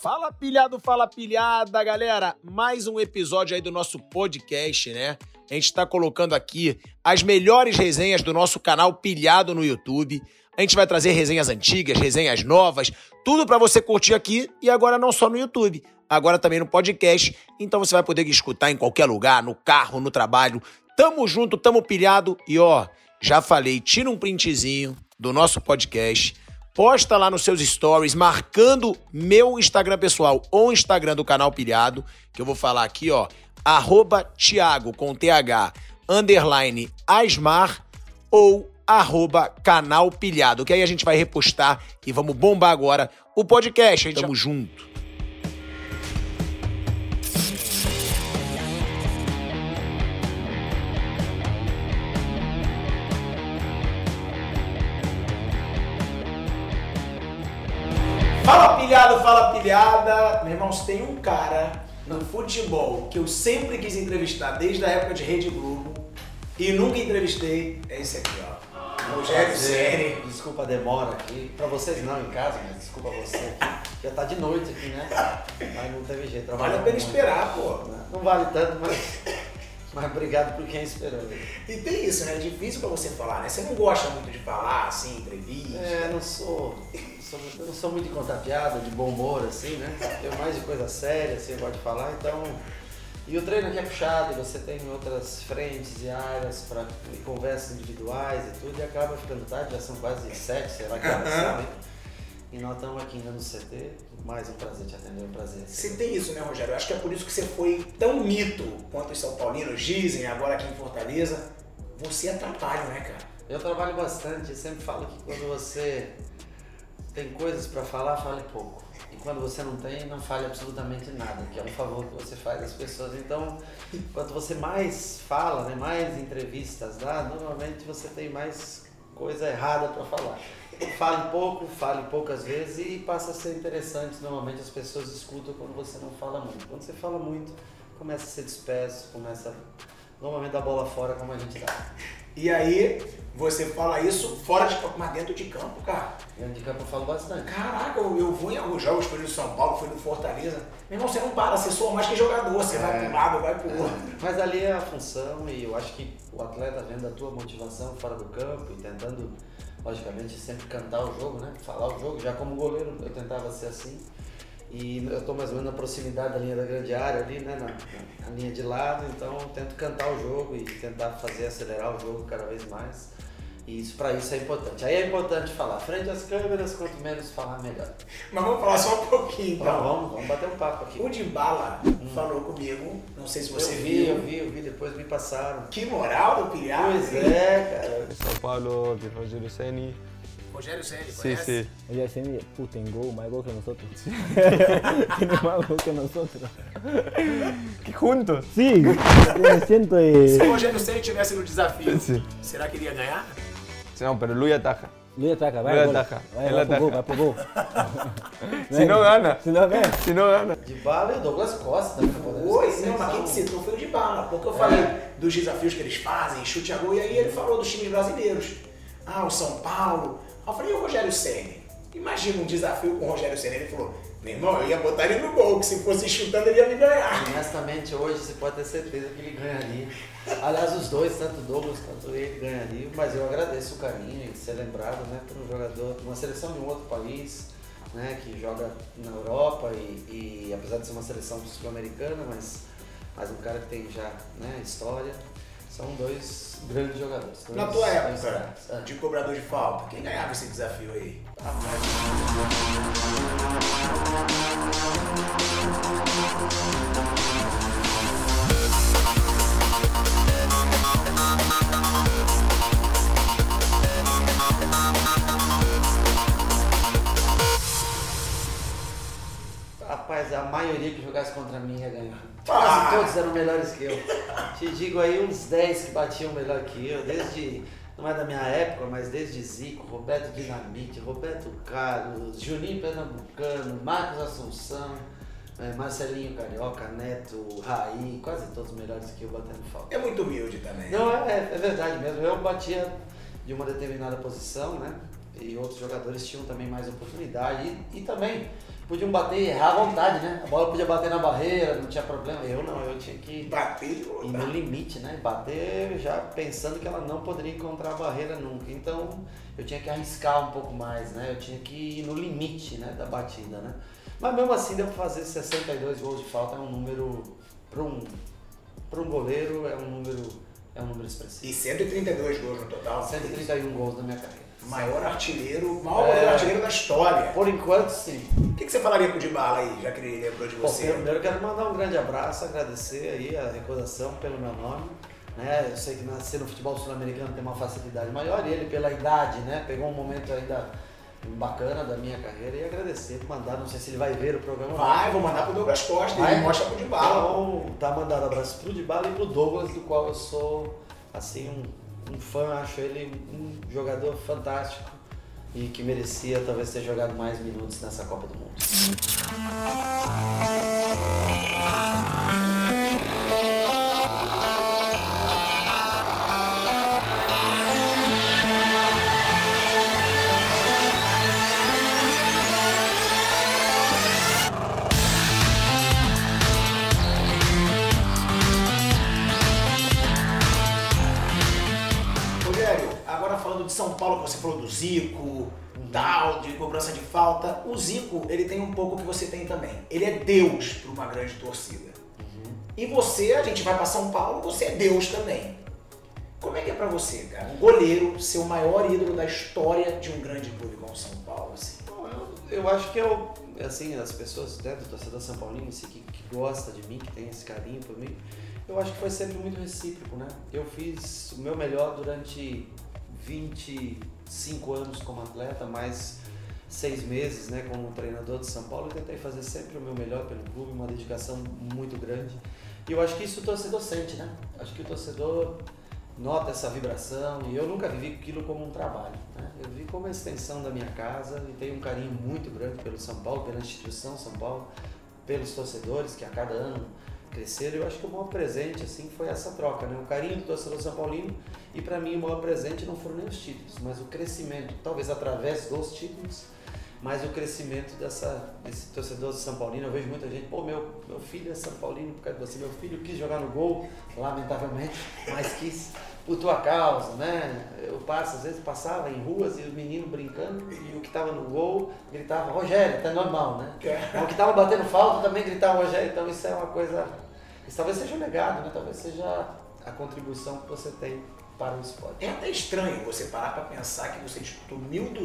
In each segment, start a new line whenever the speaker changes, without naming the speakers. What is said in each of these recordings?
Fala pilhada, galera. Mais um episódio aí do nosso podcast, né? A gente tá colocando aqui as melhores resenhas do nosso canal Pilhado no YouTube. A gente vai trazer resenhas antigas, resenhas novas, tudo pra você curtir aqui e agora não só no YouTube, agora também no podcast. Então você vai poder escutar em qualquer lugar, no carro, no trabalho. Tamo junto, tamo pilhado e ó, já falei, tira um printzinho do nosso podcast, posta lá nos seus stories, marcando meu Instagram pessoal ou o Instagram do canal Pilhado, que eu vou falar aqui, ó, @Thiago, com TH, _Asmar, ou @canal Pilhado, que aí a gente vai repostar e vamos bombar agora o podcast. Tamo junto. Fala pilhada. Meu irmão, se tem um cara no futebol que eu sempre quis entrevistar desde a época de Rede Globo e nunca entrevistei, é esse aqui, ó. Rogério Ceni.
Desculpa a demora aqui. Pra vocês não em casa, mas desculpa você aqui. Já tá de noite aqui, né? Mas não teve jeito.
Vale a pena esperar, pô.
Não vale tanto, mas obrigado por quem esperou.
E tem isso, né? É difícil pra você falar, né? Você não gosta muito de falar, assim, entrevista.
Eu não sou muito de contar piada, de bom humor, assim, né? Eu mais de coisa séria, assim, eu gosto de falar, então... E o treino aqui é puxado, e você tem outras frentes e áreas para conversas individuais e tudo, e acaba ficando tarde, já são quase 7, sei lá que horas são. E nós estamos aqui ainda no CT, mais um prazer te atender, um prazer.
Você tem isso, né, Rogério? Eu acho que é por isso que você foi tão mito quanto os São Paulinos dizem, agora aqui em Fortaleza. Você é trabalho, né, cara?
Eu trabalho bastante, eu sempre falo que quando você tem coisas para falar, fale pouco. E quando você não tem, não fale absolutamente nada, que é um favor que você faz às pessoas. Então, quanto você mais fala, né, mais entrevistas dá, normalmente você tem mais coisa errada para falar. Fale pouco, fale poucas vezes e passa a ser interessante. Normalmente as pessoas escutam quando você não fala muito. Quando você fala muito, começa a ser disperso, começa normalmente a bola fora como a gente dá.
E aí, você fala isso fora de campo, mas dentro de campo, cara.
Dentro de campo eu falo bastante.
Caraca, eu vou em alguns jogos, fui no São Paulo, fui no Fortaleza. Meu irmão, você não para, você soa mais que jogador, você vai para um lado, vai pro outro.
Mas ali é a função e eu acho que o atleta vendo a tua motivação fora do campo e tentando, logicamente, sempre cantar o jogo, né? Falar o jogo, já como goleiro eu tentava ser assim. E eu estou mais ou menos na proximidade da linha da grande área ali, né, na linha de lado, então eu tento cantar o jogo e tentar fazer acelerar o jogo cada vez mais. E isso, para isso é importante. Aí é importante falar frente às câmeras, quanto menos falar, melhor.
Mas vamos falar só um pouquinho, então.
Vamos bater um papo aqui.
O Dybala falou comigo, não sei se você
viu. Eu vi, depois me passaram.
Que moral do Pilhado.
Pois é, cara.
São Paulo, de Rogério Ceni.
Rogério Ceni,
Sí, sí.
Rogério Ceni, tem gol, mais gol que nosotros. Tiene más gol que nosotros.
Que juntos?
Sí, tiene ciento y...
Se o Rogério Ceni estivesse no desafio,
Sim.
será que ele ia ganhar?
No, pero Luis ataja.
Luis ataca, vai,
Luis
gol.
ataca.
Vai,
Él
vai pro gol,
ataca.
vai pro gol.
Si no gana.
Se não ganha.
Si no gana.
Dybala e o Douglas Costa também.
Pois, não, mas quem citou foi o Dybala, porque eu falei dos desafios que eles fazem, chute a gol, e aí ele falou dos times brasileiros. O São Paulo. Aí eu falei, e o Rogério Ceni? Imagina um desafio com o Rogério Ceni. Ele falou, meu irmão, eu ia botar ele no gol, que se fosse chutando ele ia me ganhar.
Honestamente, hoje você pode ter certeza que ele ganharia. Aliás, os dois, tanto o Douglas quanto ele, ganhariam. Mas eu agradeço o carinho de ser lembrado, né, por um jogador, uma seleção de um outro país, né, que joga na Europa e apesar de ser uma seleção sul-americana, mas um cara que tem já, né, história. São dois grandes jogadores.
Na tua época, de cobrador de falta, quem ganhava esse desafio aí?
Rapaz, a maioria que jogasse contra mim ia ganhar. Quase todos eram melhores que eu. Te digo aí uns 10 que batiam melhor que eu, desde, não é da minha época, mas desde Zico, Roberto Dinamite, Roberto Carlos, Juninho Pernambucano, Marcos Assunção, Marcelinho Carioca, Neto, Raí, quase todos melhores que eu batendo falta.
É muito humilde também.
Não, é verdade mesmo. Eu batia de uma determinada posição, né? E outros jogadores tinham também mais oportunidade. E também, podiam bater e errar à vontade, né? A bola podia bater na barreira, não tinha problema. Eu não, eu tinha que
Bater e
ir no limite, né? Bater já pensando que ela não poderia encontrar a barreira nunca. Então eu tinha que arriscar um pouco mais, né? Eu tinha que ir no limite, né, da batida, né? Mas mesmo assim deu para fazer 62 gols de falta, é um número para um goleiro é um número expressivo.
E 132 gols no total.
131 gols na minha carreira.
Maior goleiro artilheiro da história.
Por enquanto, sim.
O que você falaria pro Dybala aí, já que ele lembrou de você?
Primeiro eu quero mandar um grande abraço, agradecer aí a recordação pelo meu nome. Né? Eu sei que nascer no futebol sul-americano tem uma facilidade maior e ele pela idade, né? Pegou um momento ainda bacana da minha carreira e agradecer, mandar, não sei se ele vai ver o programa.
Vou mandar pro Douglas Costa, ele mostra pro Dybala.
Então, tá mandado abraço pro Dybala e pro Douglas, do qual eu sou, assim, um fã, acho ele um jogador fantástico e que merecia talvez ter jogado mais minutos nessa Copa do Mundo.
De São Paulo, que você falou do Zico, tal, de cobrança de falta. O Zico, ele tem um pouco que você tem também. Ele é Deus para uma grande torcida. E você, a gente vai para São Paulo, você é Deus também. Como é que é para você, cara? Um goleiro ser o maior ídolo da história de um grande clube como o São Paulo, assim?
Eu acho que assim, as pessoas, né, do torcedor São Paulino, que gosta de mim, que tem esse carinho por mim, eu acho que foi sempre muito recíproco, né? Eu fiz o meu melhor durante 25 anos como atleta, mais 6 meses, né, como treinador de São Paulo. Eu tentei fazer sempre o meu melhor pelo clube, uma dedicação muito grande. E eu acho que isso o torcedor sente, né? Acho que o torcedor nota essa vibração e eu nunca vivi aquilo como um trabalho, né? Eu vi como a extensão da minha casa e tenho um carinho muito grande pelo São Paulo, pela instituição São Paulo, pelos torcedores que a cada ano cresceram. Eu acho que o maior presente assim foi essa troca, né? O carinho do torcedor São Paulino e para mim o maior presente não foram nem os títulos, mas o crescimento, talvez através dos títulos, mas o crescimento desse torcedor São Paulino. Eu vejo muita gente, meu filho é São Paulino por causa de você, meu filho quis jogar no gol, lamentavelmente, mas quis por tua causa, né? Eu às vezes passava em ruas e os meninos brincando e o que estava no gol gritava Rogério, até normal, né? O que estava batendo falta também gritava Rogério, então isso é uma coisa, isso talvez seja um legado, né? Talvez seja a contribuição que você tem para o esporte.
É até estranho você parar para pensar que você disputou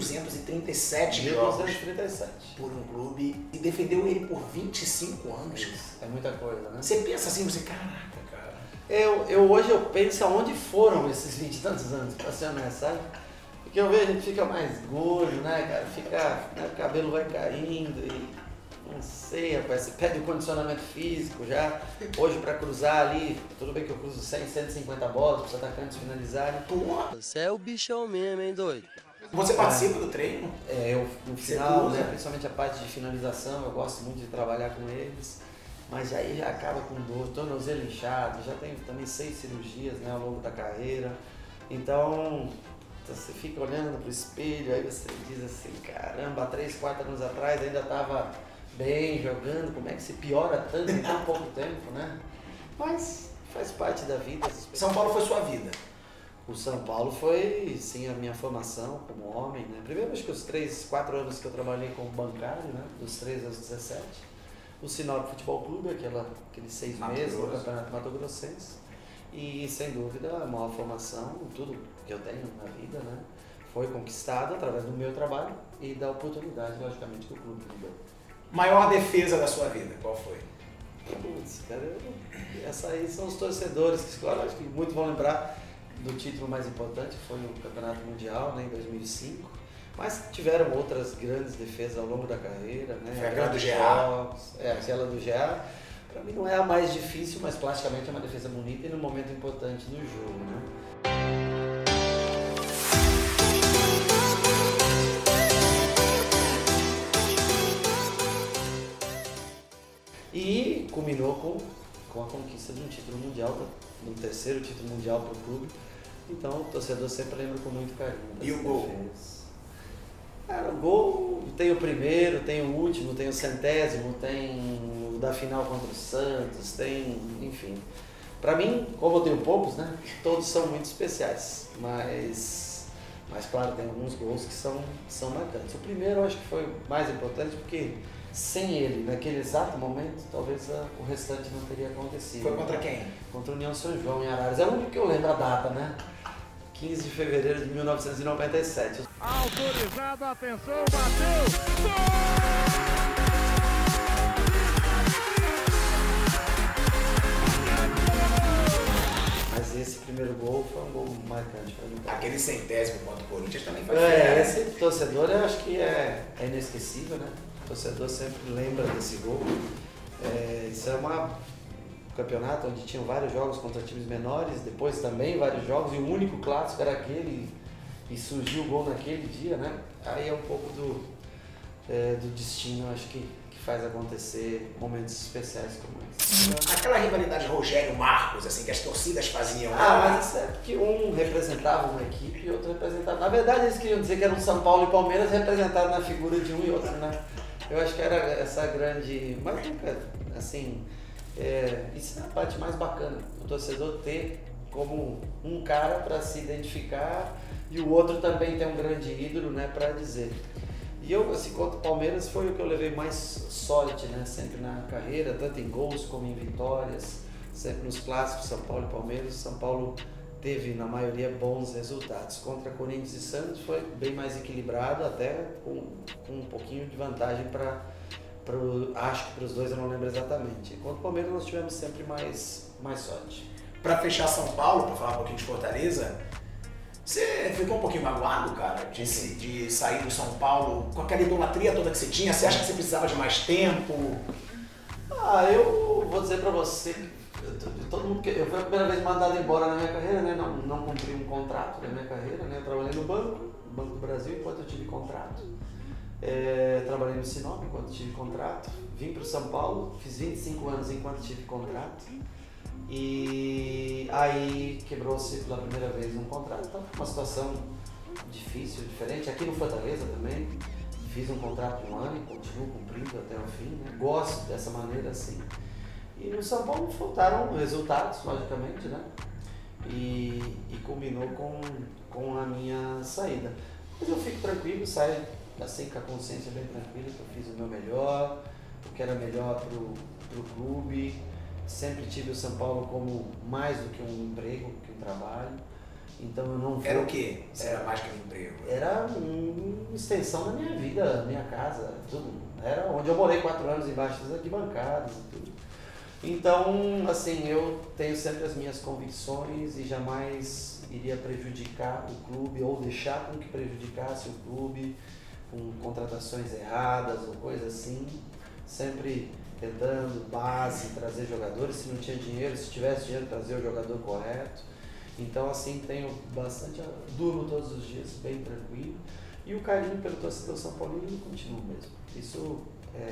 1.237 jogos por um clube e defendeu ele por 25 anos.
É muita coisa, né?
Você pensa assim, caraca, cara.
Hoje eu penso aonde foram esses 20 e tantos anos, pra ser honesto, sabe? Porque eu vejo a gente fica mais gordo, né, cara? Né, o cabelo vai caindo e não sei, rapaz, você perde o condicionamento físico já. Hoje pra cruzar ali, tudo bem que eu cruzo 100, 150 bolas para os atacantes finalizarem.
Porra!
Você é o bichão mesmo, hein, doido?
Você participa do treino?
Eu no final, né, principalmente a parte de finalização, eu gosto muito de trabalhar com eles. Mas aí já acaba com dor, tornozelo inchado, já tenho também 6 cirurgias, né, ao longo da carreira. Então você fica olhando pro espelho, aí você diz assim, caramba, há 3, 4 anos atrás ainda estava bem jogando, como é que se piora tanto em tão pouco tempo, né? Mas faz parte da vida.
São Paulo foi sua vida?
O São Paulo foi, sim, a minha formação como homem, né? Primeiro, acho que os 3, 4 anos que eu trabalhei como bancário, né? Dos 3 aos 17. O Sinop Futebol Clube, aqueles 6 meses no Campeonato Mato Grossense. E, sem dúvida, a maior formação, tudo que eu tenho na vida, né? Foi conquistado através do meu trabalho e da oportunidade, logicamente, que o clube me deu.
Maior defesa da sua vida, qual foi?
Putz, cara, essa aí são os torcedores que escolhem. Acho que muitos vão lembrar do título mais importante, foi o Campeonato Mundial, né, em 2005. Mas tiveram outras grandes defesas ao longo da carreira, né?
Foi aquela do GA.
Aquela do GA. Para mim não é a mais difícil, mas plasticamente é uma defesa bonita e num momento importante do jogo, né? E culminou com a conquista de um título mundial, do 3º título mundial para o clube. Então o torcedor sempre lembra com muito carinho.
E o gol?
Cara, o gol tem o primeiro, tem o último, tem o centésimo, tem o da final contra o Santos, tem, enfim. Pra mim, como eu tenho poucos, né, todos são muito especiais, mas claro, tem alguns gols que são marcantes. O primeiro eu acho que foi mais importante porque sem ele, naquele exato momento, talvez o restante não teria acontecido.
Foi contra quem?
Contra o União São João, em Araras. É o único que eu lembro a data, né? 15 de fevereiro de 1997.
Autorizado, atenção, bateu! Gol!
Mas esse primeiro gol foi um gol marcante para mim.
Aquele centésimo contra o Corinthians também foi
Esse torcedor eu acho que é inesquecível, né? O torcedor sempre lembra desse gol. Isso é um campeonato onde tinham vários jogos contra times menores, depois também vários jogos, e o único clássico era aquele, e surgiu o gol naquele dia, né? Aí é um pouco do destino, acho que faz acontecer momentos especiais como esse.
Aquela rivalidade Rogério-Marcos, assim, que as torcidas faziam.
Mas isso é porque um representava uma equipe e outro representava... Na verdade, eles queriam dizer que eram São Paulo e Palmeiras representados na figura de um e outro, né? Eu acho que era essa grande... Mas nunca, assim... isso é a parte mais bacana, o torcedor ter como um cara para se identificar e o outro também tem um grande ídolo, né, para dizer. E eu, assim, contra o Palmeiras foi o que eu levei mais sorte, né, sempre na carreira, tanto em gols como em vitórias, sempre nos clássicos São Paulo e Palmeiras. São Paulo teve na maioria bons resultados. Contra Corinthians e Santos foi bem mais equilibrado, até com um pouquinho de vantagem acho que para os dois eu não lembro exatamente. Contra o Palmeiras nós tivemos sempre mais sorte.
Para fechar São Paulo, para falar um pouquinho de Fortaleza, você ficou um pouquinho magoado, cara, de sair do São Paulo com aquela idolatria toda que você tinha? Você acha que você precisava de mais tempo?
Eu vou dizer para você, todo mundo eu fui a primeira vez mandado embora na minha carreira, né? Não cumpri um contrato na minha carreira, né? Eu trabalhei no Banco do Brasil enquanto eu tive contrato. Trabalhei no Sinop enquanto tive contrato, vim para o São Paulo, fiz 25 anos enquanto tive contrato e aí quebrou-se pela primeira vez um contrato. Então foi uma situação difícil, diferente. Aqui no Fortaleza também fiz um contrato de um ano e continuo cumprindo até o fim, né? Gosto dessa maneira assim. E no São Paulo faltaram resultados, logicamente, né? E culminou com a minha saída. Mas eu fico tranquilo, saio assim com a consciência bem tranquila, que eu fiz o meu melhor, o que era melhor pro clube. Sempre tive o São Paulo como mais do que um emprego, que um trabalho. Então eu não vou...
Era o quê? Era mais que um emprego?
Era uma extensão da minha vida, minha casa, tudo. Era onde eu morei 4 anos embaixo das arquibancadas e tudo. Então, assim, eu tenho sempre as minhas convicções e jamais iria prejudicar o clube ou deixar com que prejudicasse o clube com contratações erradas ou coisa assim, sempre tentando base, trazer jogadores, se não tinha dinheiro, se tivesse dinheiro, trazer o jogador correto. Então, assim, tenho bastante, durmo todos os dias bem tranquilo e o carinho pelo torcedor São Paulino continua mesmo. Isso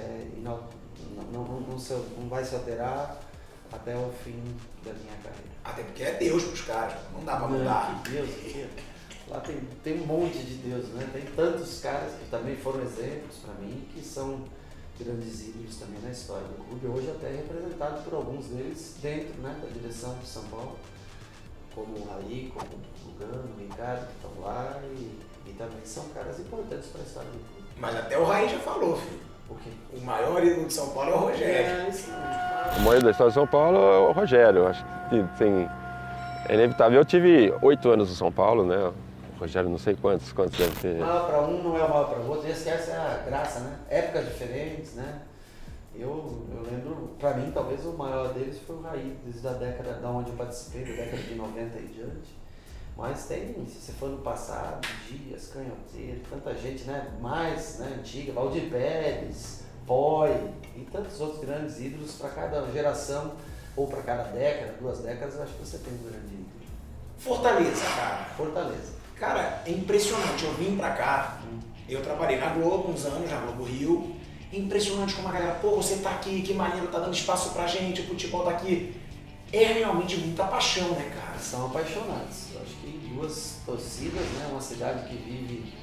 não vai se alterar até o fim da minha carreira.
Até porque é Deus pros caras, não dá pra mudar.
Que Deus, lá tem um monte de Deus, né? Tem tantos caras que também foram exemplos para mim, que são grandes ídolos também na história do clube, hoje até representado por alguns deles dentro, né, da direção de São Paulo, como o Raí, como o Lugano, o Ricardo, que estão lá e também são caras importantes para a história do clube.
Mas até o Raí já falou, filho.
O quê?
O maior ídolo de São Paulo é o Rogério.
Isso.
O maior da história de São Paulo é o Rogério. Eu acho que é inevitável. Eu tive 8 anos no São Paulo, né? O Rogério não sei quantos deve ter.
O maior para um não é o maior para o outro. Essa é a graça, né? Épocas diferentes, né? Eu lembro, para mim, talvez o maior deles foi o Raí, desde a década da onde eu participei, da década de 90 e diante. Mas tem, se você for no passado, Dias, Canhoteiro, tanta gente, né, mais, né, antiga, Valdir Pérez, Boy e tantos outros grandes ídolos para cada geração, ou para cada década, 2 décadas, eu acho que você tem um grande ídolo.
Fortaleza, cara.
Fortaleza.
Cara, é impressionante. Eu vim pra cá, eu trabalhei na Globo uns anos, na Globo Rio. Impressionante como a galera, pô, você tá aqui, que maneiro, tá dando espaço pra gente, o futebol tá aqui. É realmente muita paixão, né, cara?
São apaixonados. Eu acho que 2 torcidas, né? Uma cidade que vive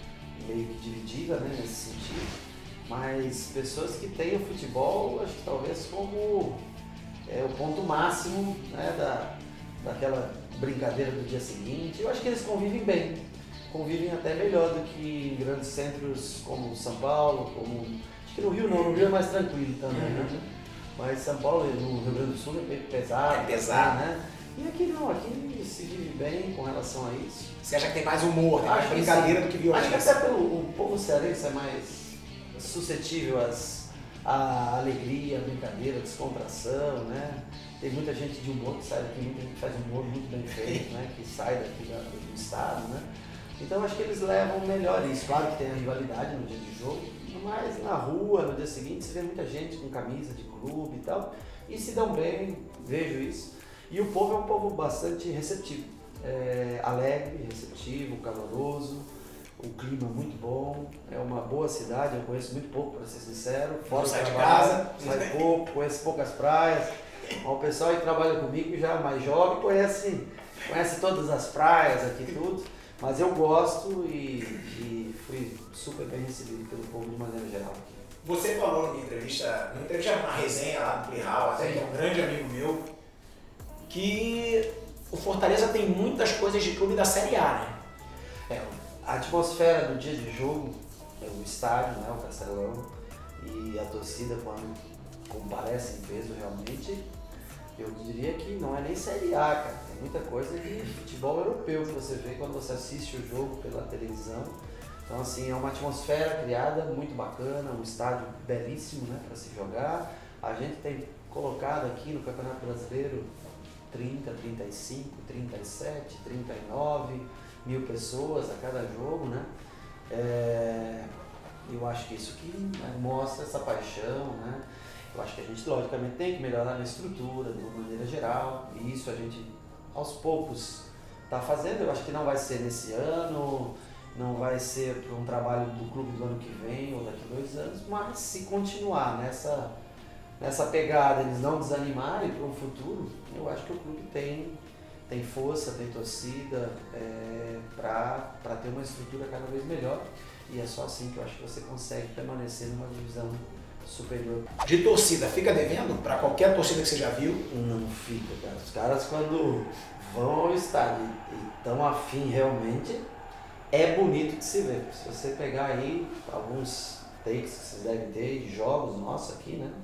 meio que dividida, né, nesse sentido, mas pessoas que têm o futebol, acho que talvez como o ponto máximo, né, daquela brincadeira do dia seguinte. Eu acho que eles convivem bem, convivem até melhor do que em grandes centros como São Paulo, acho que no Rio não, no Rio é mais tranquilo também, né? Mas São Paulo e no Rio Grande do Sul é bem pesado.
É pesado,
né? E aqui não, aqui se vive bem com relação a isso.
Você acha que tem mais humor, tem mais
Acho que
brincadeira
sim.
do que violência?
Acho que até o povo cearense é mais suscetível à alegria, à brincadeira, à descontração, né? Tem muita gente de humor que sai daqui, muita gente que faz humor muito bem feito, né? Que sai daqui do estado, né? Então acho que eles levam melhor isso. Claro que tem a rivalidade no dia de jogo, mas na rua, no dia seguinte, você vê muita gente com camisa de clube e tal, e se dão bem, vejo isso. E o povo é um povo bastante receptivo, alegre, receptivo, caloroso, o clima é muito bom, é uma boa cidade, eu conheço muito pouco, para ser sincero. Fora
sai
do
de
trabalho,
casa.
sai pouco, conheço poucas praias. O pessoal que trabalha comigo já mais jovem conhece todas as praias aqui, tudo. Mas eu gosto e fui super bem recebido pelo povo de maneira geral aqui.
Você falou numa entrevista, uma resenha lá do Plihal, até que é um grande amigo meu, que o Fortaleza tem muitas coisas de clube da Série A, né?
A atmosfera do dia de jogo, o estádio, né, o Castelão, e a torcida quando comparece em peso realmente, eu diria que não é nem Série A, cara. Tem muita coisa de futebol europeu que você vê quando você assiste o jogo pela televisão. Então, assim, é uma atmosfera criada muito bacana, um estádio belíssimo, né, para se jogar. A gente tem colocado aqui no Campeonato Brasileiro 30, 35, 37, 39 mil pessoas a cada jogo, né? Eu acho que isso que mostra essa paixão, né? Eu acho que a gente, logicamente, tem que melhorar na estrutura, de uma maneira geral, e isso a gente, aos poucos, está fazendo. Eu acho que não vai ser nesse ano, não vai ser para um trabalho do clube do ano que vem ou daqui a 2 anos, mas se continuar nessa pegada, eles não desanimarem para um futuro, eu acho que o clube tem força, tem torcida para ter uma estrutura cada vez melhor, e é só assim que eu acho que você consegue permanecer numa divisão superior.
De torcida, fica devendo para qualquer torcida que você já viu?
Não fica, cara. Os caras quando vão ao estádio e estão afim realmente, é bonito de se ver. Se você pegar aí alguns takes que vocês devem ter de jogos nossos aqui, né?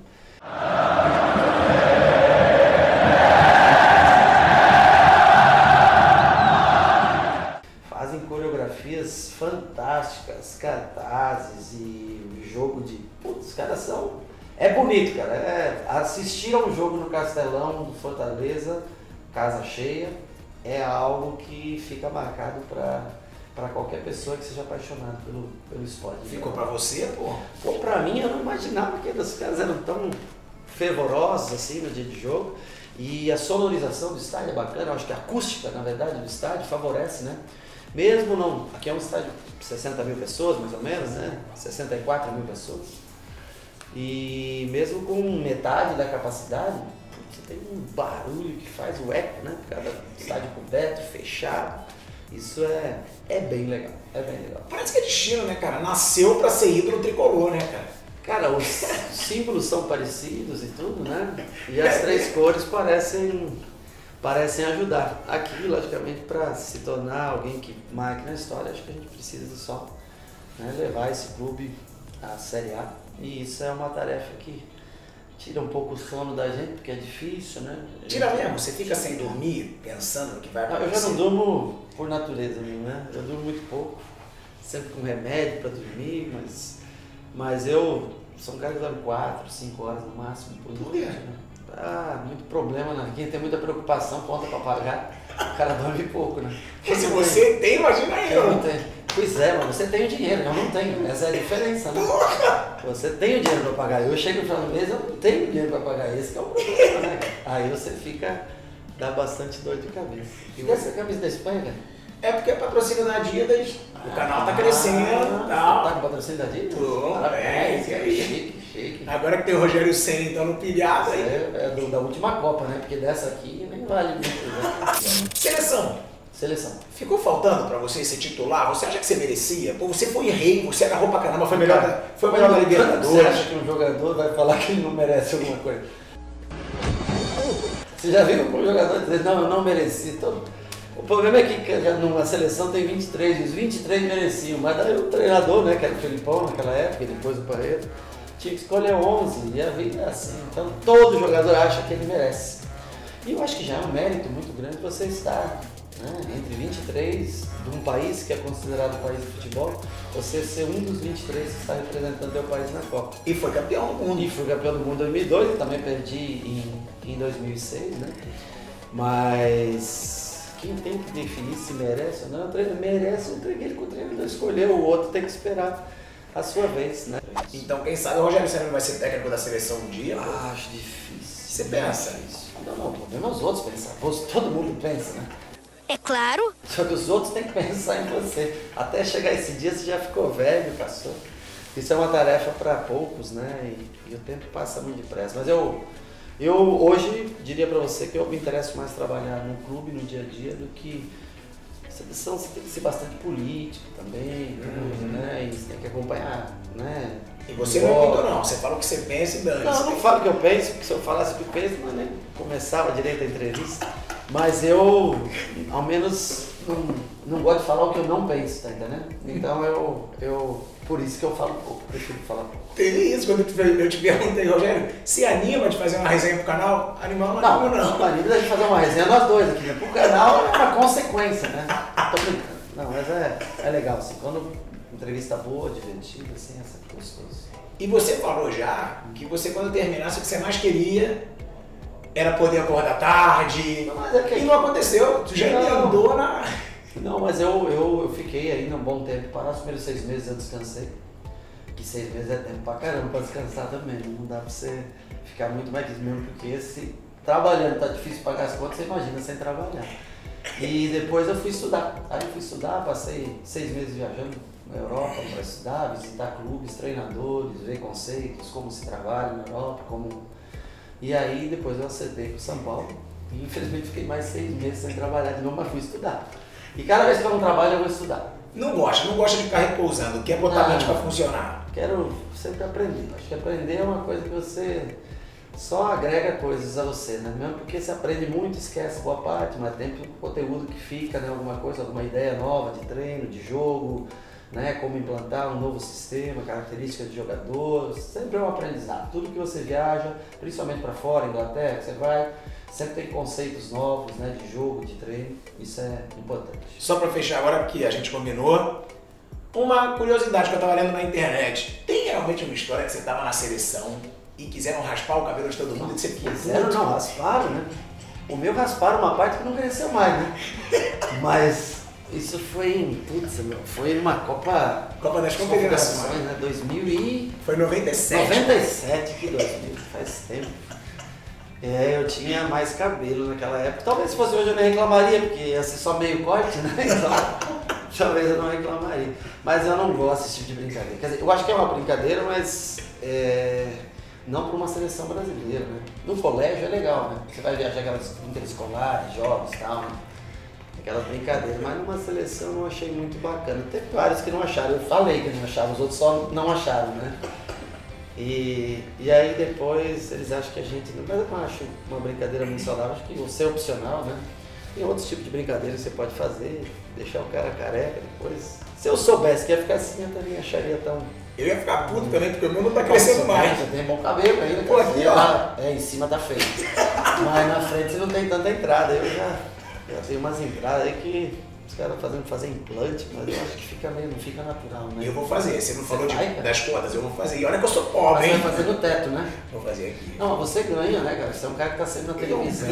Fazem coreografias fantásticas, cartazes e jogo de... Putz, os caras são... É bonito, cara. Assistir a um jogo no Castelão do Fortaleza, casa cheia, é algo que fica marcado para qualquer pessoa que seja apaixonada pelo esporte.
Ficou para você, pô?
Pô, pra mim eu não imaginava que os caras eram tão fervorosos assim no dia de jogo. E a sonorização do estádio é bacana, eu acho que a acústica, na verdade, do estádio favorece, né? Mesmo não... Aqui é um estádio de 60 mil pessoas, mais ou menos, né? 64 mil pessoas. E mesmo com metade da capacidade, você tem um barulho que faz o eco, né? Cada estádio coberto, fechado. Isso é bem legal, é bem legal.
Parece que é destino, né, cara? Nasceu pra ser ídolo tricolor, né, cara?
Cara, os símbolos são parecidos e tudo, né? E as 3 cores parecem ajudar. Aqui, logicamente, para se tornar alguém que marque na história, acho que a gente precisa só, né, levar esse clube à Série A. E isso é uma tarefa que tira um pouco o sono da gente, porque é difícil, né?
Tira mesmo? Você fica sem dormir, pensando no que vai acontecer?
Eu já não durmo por natureza mesmo, né? Eu durmo muito pouco, sempre com remédio para dormir, mas eu sou um cara que dorme 4, 5 horas no máximo por noite, né? Muito problema, né? Quem tem muita preocupação, conta para pagar, o cara dorme pouco, né?
Porque se você tem, imagina eu.
Eu não tenho. Pois é, mas você tem o dinheiro, eu não tenho. Essa é a diferença, né? Você tem o dinheiro para pagar. Eu chego no final do mês, eu não tenho dinheiro para pagar. Esse que é o problema, né? Aí você dá bastante dor de cabeça. E essa camisa da Espanha, cara?
É porque é patrocínio da Adidas, o canal tá crescendo.
Tá com patrocínio da Adidas?
Parabéns,
e aí? Chique.
Agora que tem o Rogério Senna, então no pilhado aí.
É da última Copa, né? Porque dessa aqui nem vale muito, né?
Seleção.
Seleção.
Ficou faltando pra você ser titular? Você acha que você merecia? Pô, você foi rei, você agarrou pra caramba, foi melhor da Libertadores.
Você acha que um jogador vai falar que ele não merece alguma coisa? Você já viu um jogador dizer, não, eu não mereci. Então, o problema é que numa seleção tem 23, e os 23 mereciam, mas daí o treinador, né, que era o Felipão naquela época, e depois o Barreto, tinha que escolher 11, e a vida é assim. Então todo jogador acha que ele merece. E eu acho que já é um mérito muito grande você estar, né, entre 23 de um país que é considerado um país de futebol, você ser um dos 23 que está representando o país na Copa.
E foi campeão do mundo.
E fui campeão do mundo em 2002, e também perdi em 2006, né? Mas quem tem que definir se merece ou não, o treinador merece, o treinador escolheu, o outro tem que esperar a sua vez, né?
Então, quem sabe o Rogério Ceni vai ser técnico da seleção um dia?
Acho difícil.
Você pensa?
Não, o problema é os outros pensar. Todo mundo pensa, né?
É claro.
Só que os outros têm que pensar em você. Até chegar esse dia você já ficou velho, caçou. Isso é uma tarefa para poucos, né? E o tempo passa muito depressa. Mas eu hoje diria para você que eu me interesso mais trabalhar no clube, no dia a dia, do que seleção. Você tem que ser bastante político também, né? E você tem que acompanhar, né?
E você não é muito não, você fala o que você pensa e dane.
Não, eu não falo o que eu penso, porque se eu falasse o que eu penso, não nem começava direito a entrevista. Mas eu, ao menos, não gosto de falar o que eu não penso, tá entendendo? Então por isso que eu falo pouco, prefiro falar pouco.
Teve isso quando eu te perguntei, Rogério, se anima de fazer uma resenha pro canal? Animal não anima não.
Não, anima de fazer uma resenha nós dois aqui, né? Pro canal é uma consequência, né? Tô brincando. Não, mas é legal, assim, quando entrevista boa, divertida, assim, é gostoso.
E você falou já que você, quando terminasse, o que você mais queria era poder acordar tarde.
Não, mas é que...
E não aconteceu, tu já andou na...
Não, mas eu fiquei ainda um bom tempo parado. Os primeiros 6 meses eu descansei. Que 6 meses é tempo pra caramba pra descansar também. Não dá pra você ficar muito mais disso mesmo, porque se trabalhando tá difícil pagar as contas, você imagina sem trabalhar. E depois eu fui estudar. Aí eu fui estudar, passei 6 meses viajando na Europa para estudar, visitar clubes, treinadores, ver conceitos, como se trabalha na Europa, E aí depois eu acertei pro São Paulo. E infelizmente fiquei mais 6 meses sem trabalhar de novo, mas fui estudar. E cada vez que eu não trabalho, eu vou estudar.
Não gosta de ficar repousando, quer botar a mente pra funcionar.
Quero sempre aprender. Acho que aprender é uma coisa que você só agrega coisas a você, né? Mesmo porque você aprende muito, esquece boa parte, mas tem conteúdo que fica, né? Alguma coisa, alguma ideia nova de treino, de jogo, né? Como implantar um novo sistema, características de jogador. Sempre é um aprendizado. Tudo que você viaja, principalmente para fora, Inglaterra, que você vai, sempre tem conceitos novos, né? De jogo, de treino. Isso é importante.
Só para fechar agora, porque a gente combinou, uma curiosidade que eu estava lendo na internet. Tem realmente uma história que você estava na seleção e quiseram raspar o cabelo de todo mundo e que você
quiseram, não, rasparam, né? O meu rasparam uma parte que não cresceu mais, né? Mas isso foi foi numa Copa
das Confederações,
né? 2000 e...
Foi 97.
97, que 2000, faz tempo. Eu tinha mais cabelo naquela época. Talvez se fosse hoje eu não reclamaria, porque ia ser só meio corte, né? Então, talvez eu não reclamaria. Mas eu não gosto desse tipo de brincadeira. Quer dizer, eu acho que é uma brincadeira, mas não para uma seleção brasileira, né? No colégio é legal, né? Você vai viajar aquelas interescolares, jogos e tal, né? Aquelas brincadeiras, mas numa seleção eu não achei muito bacana. Teve vários que não acharam, eu falei que não acharam, os outros só não acharam, né? E aí depois eles acham que a gente, mas eu não acho uma brincadeira muito saudável, acho que você é opcional, né? Tem outros tipos de brincadeira que você pode fazer, deixar o cara careca depois. Se eu soubesse que ia ficar assim, eu também acharia tão...
Eu ia ficar puto também, porque o meu não tá crescendo mais.
Você tem bom cabelo ainda,
pô, aqui, ó.
Em cima tá feio. Mas na frente você não tem tanta entrada, eu já tenho umas entradas aí que os caras fazer implante, mas eu acho que fica meio, não fica natural, né?
Eu vou fazer, você não falou
vai,
das contas, eu vou fazer. E olha que eu sou pobre, hein?
Você vai fazer no teto, né?
Vou fazer aqui.
Não, mas você ganha, né, cara? Você é um cara que tá sempre na televisão.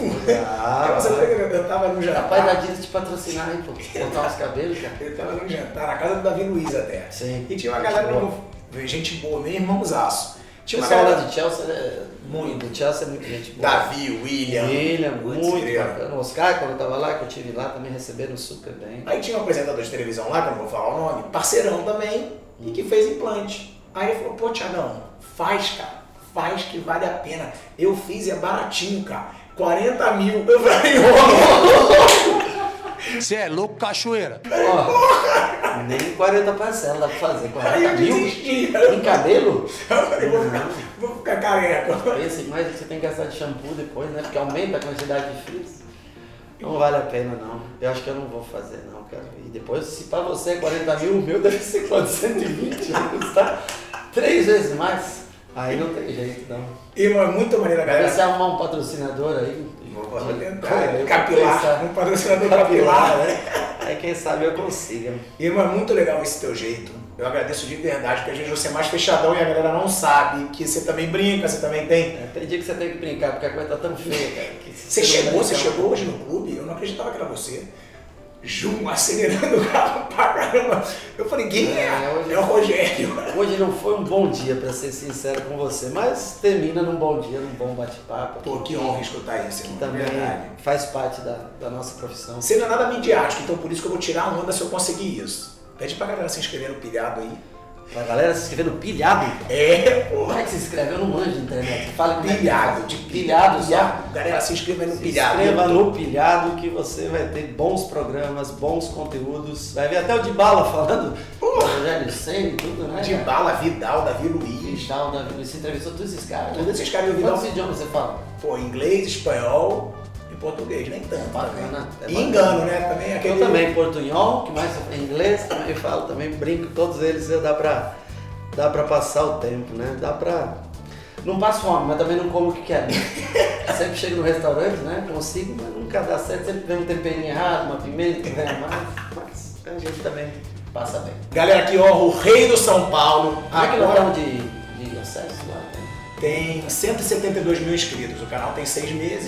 Eu tava no jantar.
Capaz da Disney te patrocinar, hein, pô? Botar os cabelos, cara.
Eu tava no jantar, na casa do Davi Luiz até.
Sim.
E tinha uma galera, gente boa, meu irmãozaço.
Tinha uma galera de Chelsea, muito. Do Chelsea é muito gente boa.
Davi, William,
muito bacana. O Oscar, quando eu tava lá, que eu estive lá, também receberam super bem.
Aí tinha um apresentador de televisão lá, que eu não vou falar o nome, parceirão também, e que fez implante. Aí ele falou, pô, Thiagão, faz, cara, faz que vale a pena. Eu fiz e é baratinho, cara. 40 mil. Eu falei,
Você é louco, cachoeira.
Ó, nem 40 parcelas dá pra fazer. 40 mil em cabelo?
Vou ficar careca.
Pensa, mas você tem que gastar de shampoo depois, né? Porque aumenta a quantidade de fios. Não vale a pena, não. Eu acho que eu não vou fazer, não, cara. E depois, se pra você é 40 mil, o meu deve ser quanto? 120, vai custar 3 vezes mais. Aí não tem jeito, não.
Irmão, é muito maneiro, galera.
Vai você arrumar um patrocinador aí?
Vou tentar. Capilar. Um patrocinador
capilar, né? Aí quem sabe eu consiga.
Irmão, é muito legal esse teu jeito. Eu agradeço de verdade, porque às vezes você é mais fechadão e a galera não sabe que você também brinca, você também tem.
Tem dia que você tem que brincar, porque a coisa tá tão feia, cara.
Você chegou hoje no clube, eu não acreditava que era você. Acelerando o carro pra caramba. Eu falei, quem é? É o Rogério.
Hoje não foi um bom dia, pra ser sincero com você, mas termina num bom dia, num bom bate-papo.
Pô, que honra escutar isso, irmão.
Também faz parte da nossa profissão.
Você não é nada midiático, então por isso que eu vou tirar a onda se eu conseguir isso. Pede pra galera se inscrever no Pilhado aí.
Pra galera se inscrever no Pilhado?
É, porra.
Como é que se inscreve? Eu não manjo de internet. Fala
Pilhado, de
Pilhado só.
Galera, se inscreva no Pilhado.
Se inscreva no Pilhado que você vai ter bons programas, bons conteúdos. Vai ver até o Dybala falando. Rogério Ceni, tudo, né?
Dybala, Vidal, Davi Luiz.
Vidal, Davi Luiz. Você entrevistou todos esses caras?
Todos esses caras. Vidal.
Quantos idiomas você fala?
Pô, inglês, espanhol e português. Nem tanto.
Bacana.
E engano, né? Também aquele...
Eu também, portunhol, que mais inglês, também falo, também brinco. Todos eles dá pra passar o tempo, né? Dá pra... Não passo fome, mas também não como o que quero. Sempre chego no restaurante, né? Consigo, mas nunca dá certo. Sempre vem um temperinho errado, uma pimenta, não vem mais. Mas a gente também passa bem.
Galera, aqui ó, o rei do São Paulo.
Como é que nós estamos de acesso lá?
Tem 172 mil inscritos. O canal tem 6 meses.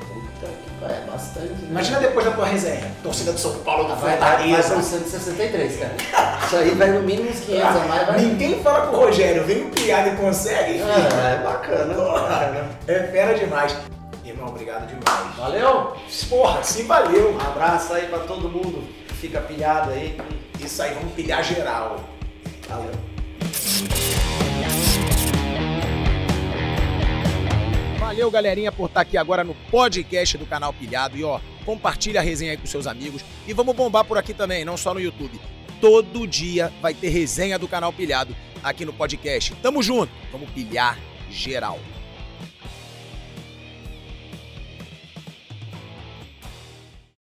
É bastante. Né?
Imagina depois da tua resenha. Torcida do São Paulo do
vai
Fortaleza.
Vai 163, cara. Isso aí vai no mínimo uns 500 a mais. Vai...
Ninguém fala com o Rogério. Vem o Pilhado e consegue.
É bacana. Bacana.
É fera demais. Irmão, obrigado demais.
Valeu?
Porra, sim, valeu.
Um abraço aí pra todo mundo que fica pilhado aí.
Isso aí, vamos pilhar geral.
Valeu.
Valeu, galerinha, por estar aqui agora no podcast do canal Pilhado. E ó, compartilha a resenha aí com seus amigos. E vamos bombar por aqui também, não só no YouTube. Todo dia vai ter resenha do canal Pilhado aqui no podcast. Tamo junto, vamos pilhar geral.